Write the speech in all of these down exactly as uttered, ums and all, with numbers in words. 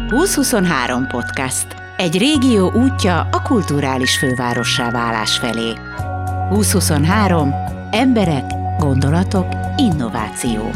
húsz-huszonhárom podcast. Egy régió útja a kulturális fővárossá válás felé. húsz-huszonhárom. Emberek, gondolatok, innováció.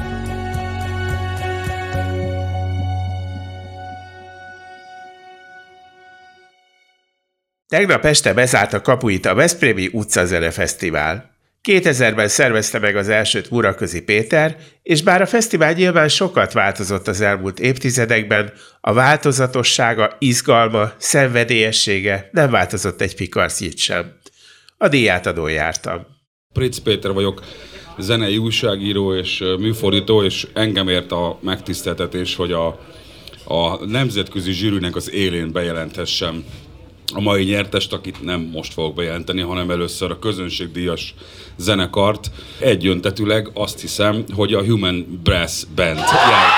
Tegnap este bezárta kapuit a Veszprémi Utcazene Fesztivál. kétezerben szervezte meg az elsőt Muraközi Péter, és bár a fesztivál nyilván sokat változott az elmúlt évtizedekben, a változatossága, izgalma, szenvedélyessége nem változott egy pikarcnyit sem. A díjátadón jártam. Pritz Péter vagyok, zenei újságíró és műfordító, és engem ért a megtiszteltetés, hogy a, a nemzetközi zsűrinek az élén bejelenthessem a mai nyertest, akit nem most fogok bejelenteni, hanem először a közönségdíjas zenekart. Egyöntetűleg azt hiszem, hogy a Human Brass Band járt.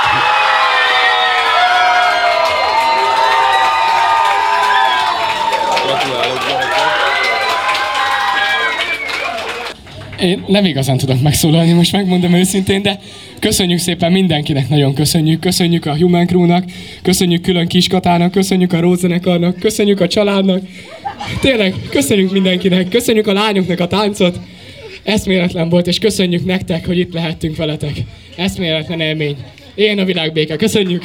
Én nem igazán tudok megszólalni, most megmondom őszintén, de köszönjük szépen mindenkinek, nagyon köszönjük. Köszönjük a Human Crew-nak, köszönjük külön Kiskatának, köszönjük a Róz zenekarnak, köszönjük a családnak. Tényleg, köszönjük mindenkinek, köszönjük a lányoknak a táncot. Eszméletlen volt, és köszönjük nektek, hogy itt lehettünk veletek. Eszméletlen élmény. Éljen a világbéke, köszönjük!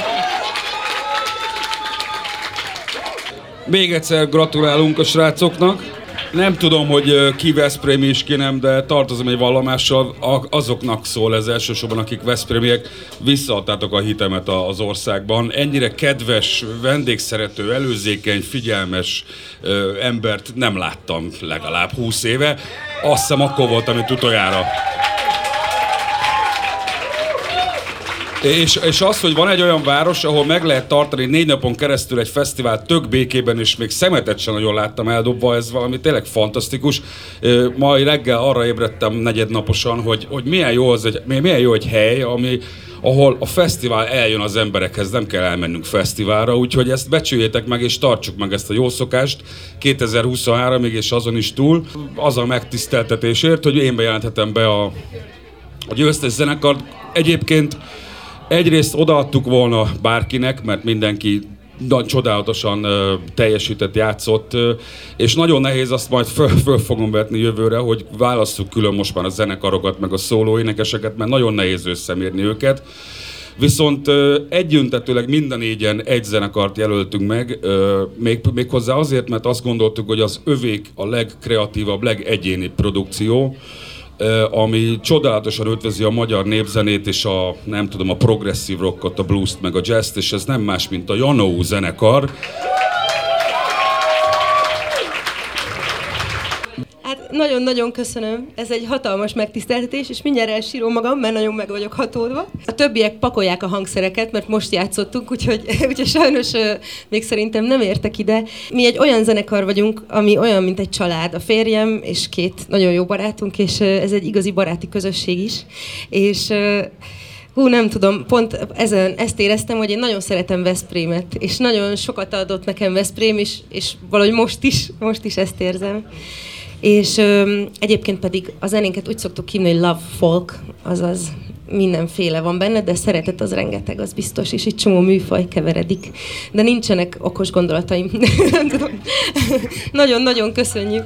Még egyszer gratulálunk a srácoknak. Nem tudom, hogy ki veszprémi és ki nem, de tartozom egy vallomással, azoknak szól ez elsősorban, akik veszprémiek, visszaadtátok a hitemet az országban. Ennyire kedves, vendégszerető, előzékeny, figyelmes ö, embert nem láttam legalább húsz éve. Azt hiszem, akkor voltam itt utoljára. És, és az, hogy van egy olyan város, ahol meg lehet tartani négy napon keresztül egy fesztivál tök békében, és még szemetet sem nagyon láttam eldobva, ez valami tényleg fantasztikus. Mai reggel arra ébredtem negyednaposan, hogy, hogy milyen jó az egy, milyen jó egy hely, ami, ahol a fesztivál eljön az emberekhez, nem kell elmennünk fesztiválra, úgyhogy ezt becsüljétek meg, és tartsuk meg ezt a jó szokást kétezer-huszonháromig, és azon is túl. Az a megtiszteltetésért, hogy én bejelenthetem be a, a győztes zenekart. Egyébként egyrészt odaadtuk volna bárkinek, mert mindenki csodálatosan uh, teljesített, játszott, uh, és nagyon nehéz, azt majd föl, föl fogom vetni jövőre, hogy válasszuk külön most már a zenekarokat, meg a szólóénekeseket, mert nagyon nehéz összemérni őket. Viszont uh, egyöntetőleg minden négyen egy zenekart jelöltünk meg, uh, még, méghozzá azért, mert azt gondoltuk, hogy az övék a legkreatívabb, legegyénibb produkció, ami csodálatosan ötvözi a magyar népzenét és a, nem tudom, a progresszív rockot, a bluest, meg a jazzt, és ez nem más, mint a Janó zenekar. Hát nagyon-nagyon köszönöm. Ez egy hatalmas megtiszteltetés, és mindjárt elsírom magam, mert nagyon meg vagyok hatódva. A többiek pakolják a hangszereket, mert most játszottunk, úgyhogy, úgyhogy sajnos uh, még szerintem nem értek ide. Mi egy olyan zenekar vagyunk, ami olyan, mint egy család. A férjem és két nagyon jó barátunk, és uh, ez egy igazi baráti közösség is. És uh, hú, nem tudom, pont ezen, ezt éreztem, hogy én nagyon szeretem Veszprémet, és nagyon sokat adott nekem Veszprém is, és valahogy most is, most is ezt érzem. És ö, egyébként pedig a zenénket úgy szoktuk hívni, hogy love folk, azaz mindenféle van benne, de szeretet az rengeteg, az biztos, és egy csomó műfaj keveredik. De nincsenek okos gondolataim. Nem tudom. Nagyon-nagyon köszönjük.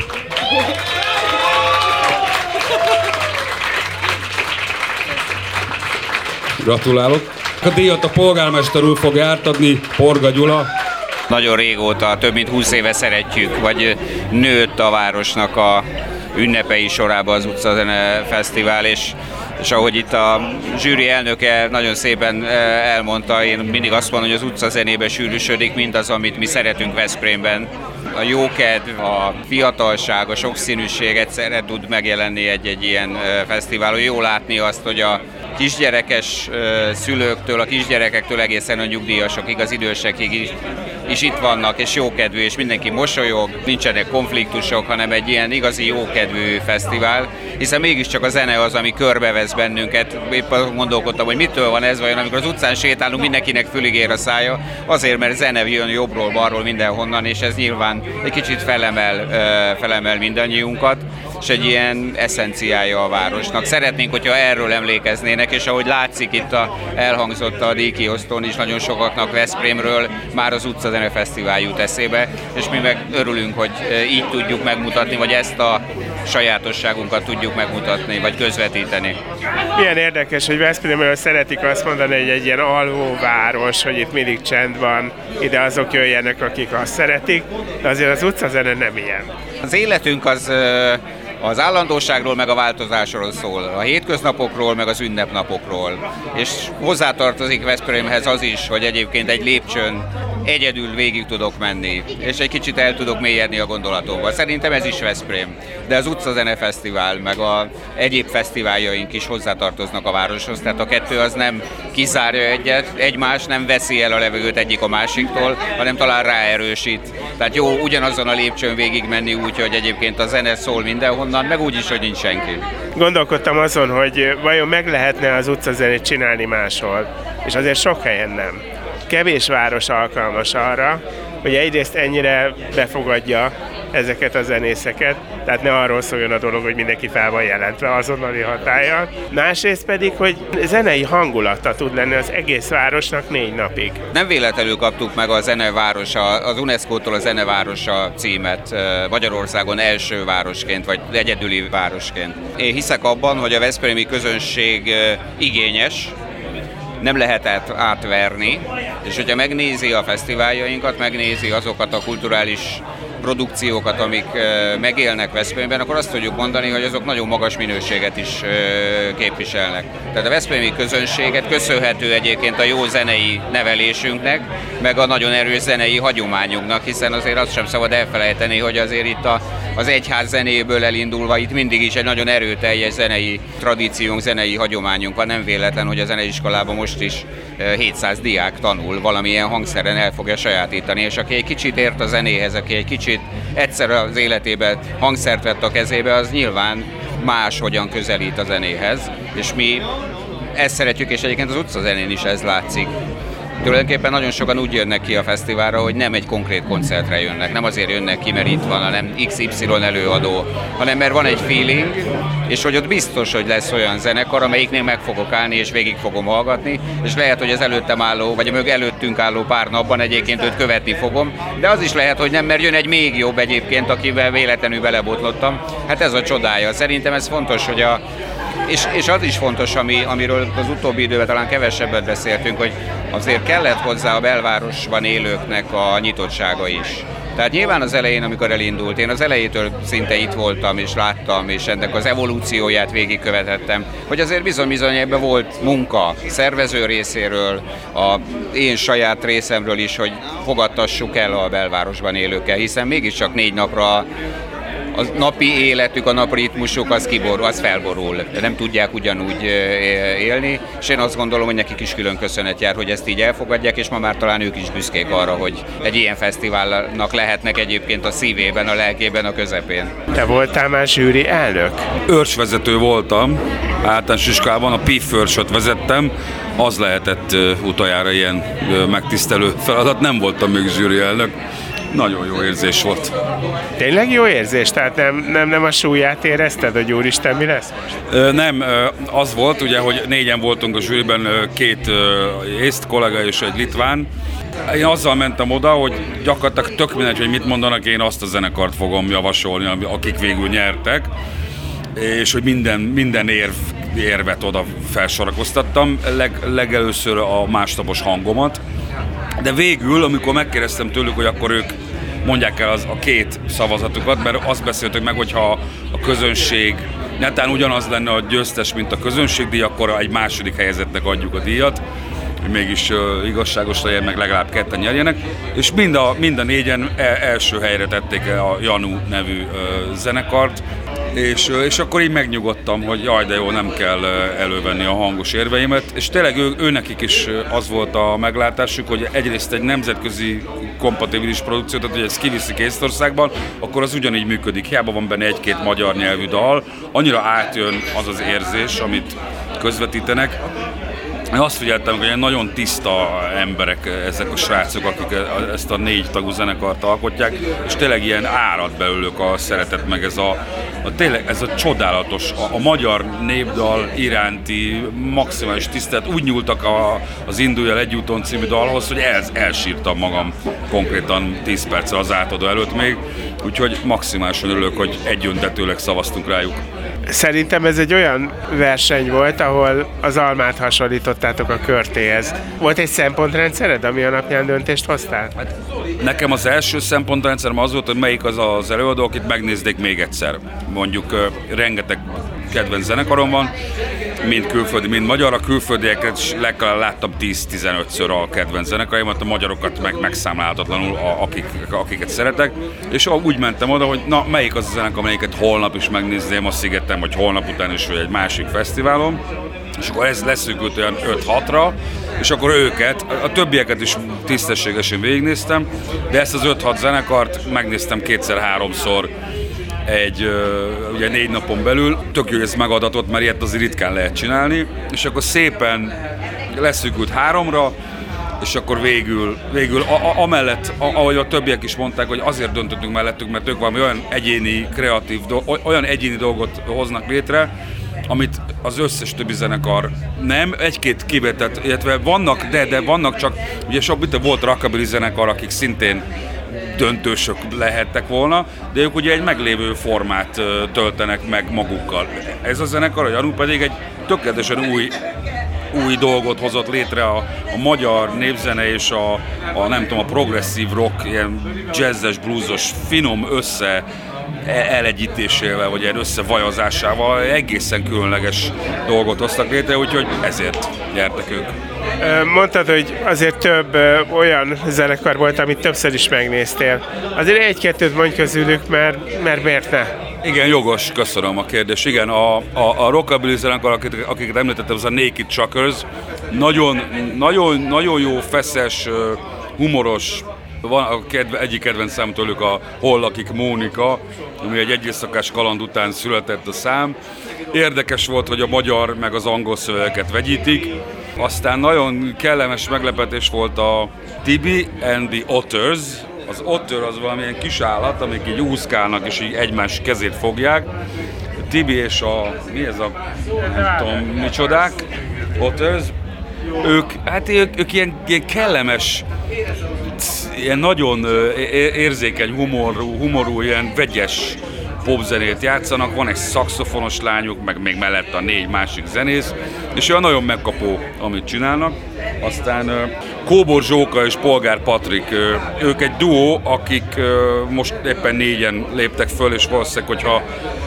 Gratulálok. A díjat a polgármester úr fog átadni, Porga Gyula. Nagyon régóta, több mint húsz éve szeretjük, vagy nőtt a városnak a ünnepei sorába az Utcazene Fesztivál, és, és ahogy itt a zsűri elnöke nagyon szépen elmondta, én mindig azt mondom, hogy az utcazenébe sűrűsödik mindaz, amit mi szeretünk Veszprémben. A jókedv, a fiatalság, a sokszínűség egyszerre tud megjelenni egy-egy ilyen fesztiválon. Jó látni azt, hogy a kisgyerekes szülőktől, a kisgyerekektől egészen a nyugdíjasokig, az idősekig is, is itt vannak, és jókedvű, és mindenki mosolyog, nincsenek konfliktusok, hanem egy ilyen igazi jókedvű fesztivál, hiszen mégiscsak a zene az, ami körbevesz bennünket. Épp gondolkodtam, hogy mitől van ez, vajon amikor az utcán sétálunk, mindenkinek fülig ér a szája, azért, mert zene jön jobbról, balról, mindenhonnan, és ez nyilván egy kicsit felemel, felemel mindannyiunkat. és egy ilyen eszenciája a városnak. Szeretnénk, hogyha erről emlékeznének, és ahogy látszik itt a, elhangzott a díjkiosztón is, nagyon sokaknak Veszprémről már az Utcazene Fesztivál jut eszébe, és mi meg örülünk, hogy így tudjuk megmutatni, vagy ezt a sajátosságunkat tudjuk megmutatni, vagy közvetíteni. Milyen érdekes, hogy Veszprémről szeretik azt mondani, hogy egy ilyen alvóváros, hogy itt mindig csend van, ide azok jöjjenek, akik azt szeretik, de azért az utcazene nem ilyen. Az életünk az az állandóságról meg a változásról szól, a hétköznapokról meg az ünnepnapokról. És hozzátartozik Veszprémhez az is, hogy egyébként egy lépcsőn egyedül végig tudok menni, és egy kicsit el tudok mélyedni a gondolatomba. Szerintem ez is Veszprém, de az Utcazene Fesztivál, meg a egyéb fesztiváljaink is hozzátartoznak a városhoz, tehát a kettő az nem kizárja egyet, egymás nem veszi el a levegőt egyik a másiktól, hanem talán ráerősít. Tehát jó ugyanazon a lépcsőn végig menni úgy, hogy egyébként a zene szól mindenhonnan, meg úgy is, hogy nincs senki. Gondolkodtam azon, hogy vajon meg lehetne az utcazenét csinálni máshol, és azért sok helyen nem. Kevés város alkalmas arra, hogy egyrészt ennyire befogadja ezeket a zenészeket, tehát ne arról szóljon a dolog, hogy mindenki fel van jelentve azonnali hatállyal. Másrészt pedig, hogy zenei hangulata tud lenni az egész városnak négy napig. Nem véletlenül kaptuk meg a zenevárosa, az UNESCO-tól a zenevárosa címet Magyarországon első városként, vagy egyedüli városként. Én hiszek abban, hogy a veszprémi közönség igényes, nem lehetett átverni, és hogyha megnézi a fesztiváljainkat, megnézi azokat a kulturális produkciókat, amik megélnek Veszprémben, akkor azt tudjuk mondani, hogy azok nagyon magas minőséget is képviselnek. Tehát a veszprémi közönséget köszönhető egyébként a jó zenei nevelésünknek, meg a nagyon erős zenei hagyományunknak, hiszen azért azt sem szabad elfelejteni, hogy azért itt a, az egyház zenéből elindulva itt mindig is egy nagyon erőteljes zenei tradíciónk, zenei hagyományunk van. Nem véletlen, hogy a zeneiskolában most is hétszáz diák tanul, valamilyen hangszeren el fogja sajátítani, és aki egy kicsit ért a zenéhez, aki egy kicsit egyszer az életében hangszert vett a kezébe, az nyilván máshogyan közelít a zenéhez, és mi ezt szeretjük, és egyébként az utcazenén is ez látszik. Tulajdonképpen nagyon sokan úgy jönnek ki a fesztiválra, hogy nem egy konkrét koncertre jönnek, nem azért jönnek ki, mert itt van, hanem iksz ipszilon előadó, hanem mert van egy feeling, és hogy ott biztos, hogy lesz olyan zenekar, amelyiknél meg fogok állni, és végig fogom hallgatni, és lehet, hogy az előttem álló, vagy a mög előttünk álló pár napban egyébként őt követni fogom, de az is lehet, hogy nem, mert jön egy még jobb egyébként, akivel véletlenül belebotlottam. Hát ez a csodája. Szerintem ez fontos, hogy a És, és az is fontos, ami, amiről az utóbbi időben talán kevesebbet beszéltünk, hogy azért kellett hozzá a belvárosban élőknek a nyitottsága is. Tehát nyilván az elején, amikor elindult, én az elejétől szinte itt voltam, és láttam, és ennek az evolúcióját végigkövetettem, hogy azért bizony-bizony ebben volt munka szervező részéről, a én saját részemről is, hogy fogadtassuk el a belvárosban élőkkel, hiszen mégiscsak négy napra a napi életük, a napritmusuk az kiborul, az felborul. Nem tudják ugyanúgy élni, és én azt gondolom, hogy nekik is külön köszönet jár, hogy ezt így elfogadják, és ma már talán ők is büszkék arra, hogy egy ilyen fesztiválnak lehetnek egyébként a szívében, a lelkében, a közepén. Te voltál már zsűri elnök? Őrsvezető voltam, általános iskolában a pé i ef őrsöt vezettem, az lehetett utoljára ilyen megtisztelő feladat, nem voltam még zsűri elnök. Nagyon jó érzés volt. Tényleg jó érzés? Tehát nem, nem, nem a súlyát érezted, hogy úristen, mi lesz most? Ö, nem, az volt ugye, hogy négyen voltunk a zsűriben, két észt kollega és egy litván. Én azzal mentem oda, hogy gyakorlatilag tök mindegy, hogy mit mondanak, én azt a zenekart fogom javasolni, akik végül nyertek, és hogy minden, minden érv, érvet oda felsorakoztattam, Leg, legelőször a másnapos hangomat. De végül, amikor megkérdeztem tőlük, hogy akkor ők mondják el az, a két szavazatukat, mert azt beszéltük meg, hogyha a közönség netán ugyanaz lenne a győztes, mint a közönségdíj, akkor egy második helyezettnek adjuk a díjat, hogy mégis uh, igazságos legyen, meg legalább ketten nyerjenek. És mind a, mind a négyen el, első helyre tették a Janu nevű uh, zenekart, És, és akkor így megnyugodtam, hogy jaj, de jó, nem kell elővenni a hangos érveimet, és tényleg ő, ő nekik is az volt a meglátásuk, hogy egyrészt egy nemzetközi kompatibilis produkció, tehát hogy ezt kiviszik Észtországban, akkor az ugyanígy működik. Hiába van benne egy-két magyar nyelvű dal, annyira átjön az az érzés, amit közvetítenek. Én azt figyeltem, hogy nagyon tiszta emberek ezek a srácok, akik ezt a négy tagú zenekart alkotják, és tényleg ilyen árad belőlük a szeretet, meg ez a a tényleg ez a csodálatos, a, a magyar népdal iránti maximális tisztelet. Úgy nyúltak a, az Indulj el egy úton című dalhoz, hogy el, elsírtam magam konkrétan tíz perccel az átadó előtt még, úgyhogy maximálisan örülök, hogy egyöntetőleg szavaztunk rájuk. Szerintem ez egy olyan verseny volt, ahol az almát hasonlítottátok a körtéhez. Volt egy szempontrendszered, ami alapján döntést hoztál? Hát, nekem az első szempontrendszerem az volt, hogy melyik az az előadó, akit megnéznék még egyszer. Mondjuk uh, rengeteg kedvenc zenekarom van, mind külföldi, mind magyar. A külföldieket is legalább láttam tíz-tizenötször a kedvenc zenekaraimat, a magyarokat meg megszámlálhatatlanul, a, akik, akiket szeretek. És úgy mentem oda, hogy na, melyik az a zenekar, amelyiket holnap is megnézném a Szigeten, vagy holnap után is, vagy egy másik fesztiválon. És akkor ez leszűkült olyan öt-hatra, és akkor őket, a többieket is tisztességesen végignéztem, de ezt az öt-hat zenekart megnéztem kétszer-háromszor egy ugye négy napon belül. Tök jó, hogy ez megadatott, mert ilyet azért ritkán lehet csinálni, és akkor szépen leszűkült háromra, és akkor végül, végül a, a, amellett, a, ahogy a többiek is mondták, hogy azért döntöttünk mellettük, mert ők valami olyan egyéni, kreatív, olyan egyéni dolgot hoznak létre, amit az összes többi zenekar nem, egy-két kivételt, illetve vannak, de, de vannak csak, ugye sok itt volt rockabilly zenekar, akik szintén döntősök lehettek volna, de ők ugye egy meglévő formát töltenek meg magukkal. Ez a zenekar, a Janu pedig egy tökéletesen új, új dolgot hozott létre a, a magyar népzene és a, a nem tudom, a progresszív rock, ilyen jazzes, bluesos, finom össze elegyítésével, vagy ilyen összevajazásával egészen különleges dolgot hoztak létre, úgyhogy ezért nyertek ők. Mondtad, hogy azért több olyan zenekar volt, amit többször is megnéztél. Azért egy-kettőt mondj közülük, mert, mert miért ne? Igen, jogos, köszönöm a kérdést. Igen, a, a, a rockabilly zenekar, akiket, akiket említettem, az a Naked Truckers. Nagyon, nagyon, nagyon jó, feszes, humoros, van a kedve, egyik kedvenc szám tőlük a Hol lakik Mónika, ami egy egyészakás kaland után született a szám. Érdekes volt, hogy a magyar meg az angol szövegeket vegyítik. Aztán nagyon kellemes meglepetés volt a Tibi and the Otters. Az otter az valamilyen kis állat, amik így úszkálnak és így egymás kezét fogják. A Tibi és a, mi ez a, nem tudom, micsodák, Otters. Ők, hát ők, ők ilyen, ilyen kellemes, ilyen nagyon érzékeny humorú, humorú, ilyen vegyes popzenét játszanak, van egy szaxofonos lányuk, meg még mellett a négy másik zenész, és olyan nagyon megkapó, amit csinálnak. Aztán Kóbor Zsóka és Polgár Patrik, ők egy duó, akik most éppen négyen léptek föl, és valószínűleg, hogyha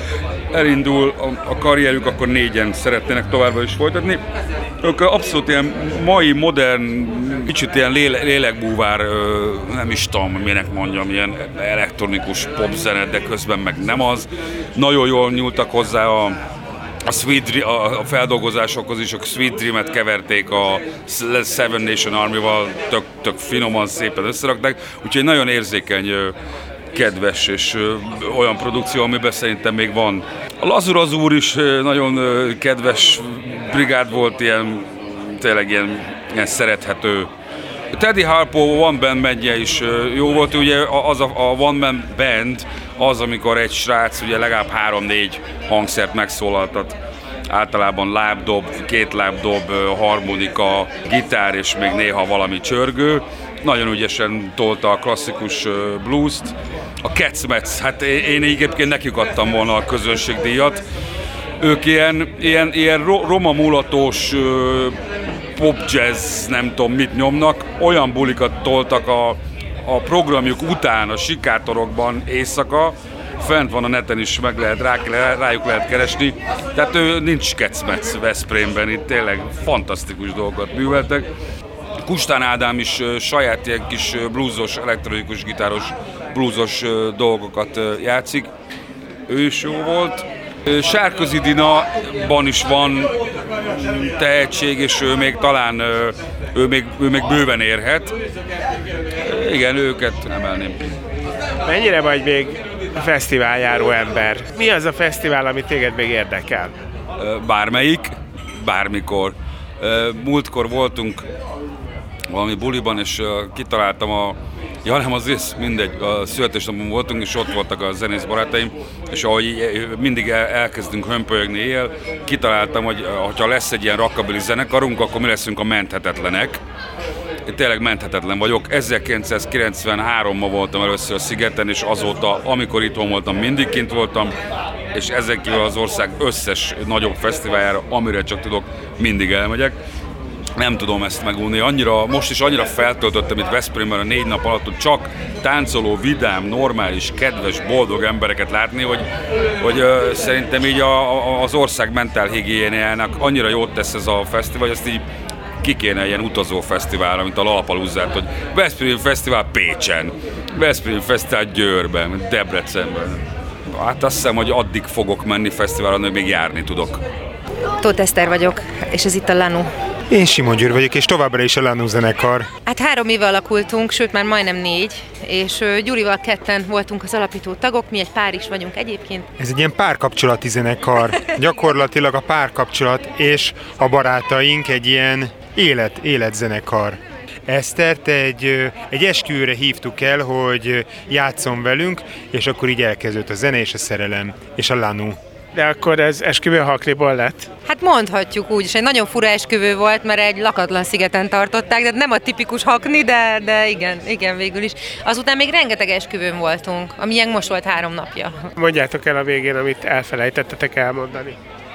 elindul a karrierjük, akkor négyen szeretnének továbbra is folytatni. Ők abszolút ilyen mai, modern, kicsit ilyen léle, lélekbúvár, nem is tudom, minek mondjam, ilyen elektronikus popzene, de közben meg nem az. Nagyon jól nyúltak hozzá a, a, Sweet, a feldolgozásokhoz is, a Sweet Dream-et keverték a Seven Nation Army-val, tök, tök finoman, szépen összerakták, úgyhogy nagyon érzékeny, kedves és ö, olyan produkció, amiben szerintem még van. A Lazur az úr is ö, nagyon ö, kedves brigád volt, ilyen, tényleg ilyen, ilyen szerethető. Teddy Harpo One Band bandje is ö, jó volt, ugye az a, a One Man Band az, amikor egy srác ugye legalább három-négy hangszert megszólaltat. Általában lábdob, két lábdob, harmonika, gitár és még néha valami csörgő. Nagyon ügyesen tolta a klasszikus blues-t. A Cats-Mets, hát én egyébként nekik adtam volna a közönségdíjat. Ők ilyen, ilyen, ilyen roma mulatós pop-jazz, nem tudom mit nyomnak. Olyan bulikat toltak a, a programjuk után a sikátorokban éjszaka. Fent van a neten is, meg lehet, rá, rájuk lehet keresni. Tehát ő nincs Cats-Mets Veszprémben, itt tényleg fantasztikus dolgokat műveltek. Kustán Ádám is saját ilyen kis bluesos, elektronikus, gitáros, bluesos dolgokat játszik. Ő is jó volt. Sárközi Dinaban is van tehetség, és ő még talán ő még, ő még bőven érhet. Igen, őket emelném. Mennyire vagy még fesztiváljáró ember? Mi az a fesztivál, ami téged még érdekel? Bármelyik, bármikor. Múltkor voltunk valami buliban, és kitaláltam a Ja, nem, az is, mindegy. A születésnapon voltunk, és ott voltak a zenész barátaim, és ahogy mindig elkezdünk hömpölyögni éjjel, kitaláltam, hogy ha lesz egy ilyen rockabilly zenekarunk, akkor mi leszünk a menthetetlenek. Én tényleg menthetetlen vagyok. ezerkilencszázkilencvenháromban voltam először a Szigeten, és azóta, amikor itthon voltam, mindig kint voltam, és ezen kívül az ország összes nagyobb fesztiváljára, amire csak tudok, mindig elmegyek. Nem tudom ezt megunni. Annyira, most is annyira feltöltöttem itt Veszprémben a négy nap alatt, hogy csak táncoló, vidám, normális, kedves, boldog embereket látni, hogy, hogy uh, szerintem így a, a, az ország mentálhigiéniának annyira jót tesz ez a fesztivál, hogy ezt így ki kéne ilyen utazó fesztiválra, mint a Lollapaloozát, hogy Veszprém Fesztivál Pécsen, Veszprém Fesztivál Győrben, Debrecenben. Hát azt hiszem, hogy addig fogok menni fesztiválra, hogy még járni tudok. Tóth Eszter vagyok, és ez itt a Lanu. Én Simon Győr vagyok, és továbbra is a Lanu zenekar. Hát három éve alakultunk, sőt már majdnem négy, és Gyurival ketten voltunk az alapító tagok, mi egy pár is vagyunk egyébként. Ez egy ilyen párkapcsolati zenekar. Gyakorlatilag a párkapcsolat és a barátaink egy ilyen élet, életzenekar. Esztert egy, egy esküvőre hívtuk el, hogy játszon velünk, és akkor így elkezdődött a zene és a szerelem, és a Lanu. De akkor ez esküvő hakliból lett? Hát mondhatjuk úgy, és egy nagyon fura esküvő volt, mert egy lakatlan szigeten tartották, de nem a tipikus hakni, de, de igen, igen végül is. Azután még rengeteg esküvőn voltunk, amilyen most volt három napja. Mondjátok el a végén, amit elfelejtettetek elmondani.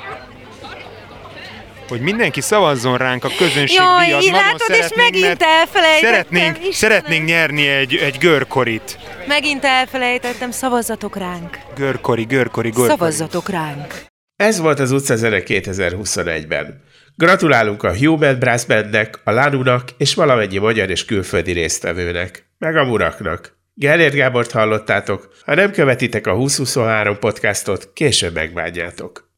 Hogy mindenki szavazzon ránk a közönség Jaj, díjat. Nagyon látod, és megint elfelejtettem. Szeretnénk, szeretnénk nyerni egy, egy görkorit. Megint elfelejtettem, szavazzatok ránk. Görkori, görkori, görkori. Szavazzatok ránk. Ez volt az Utcazene kétezer-huszonegyben. Gratulálunk a Human Brass Bandnek, a Lanunak és valamennyi magyar és külföldi résztvevőnek, meg a Muraknak. Gellért Gábort hallottátok, ha nem követitek a húsz huszonhárom podcastot, később megbánjátok.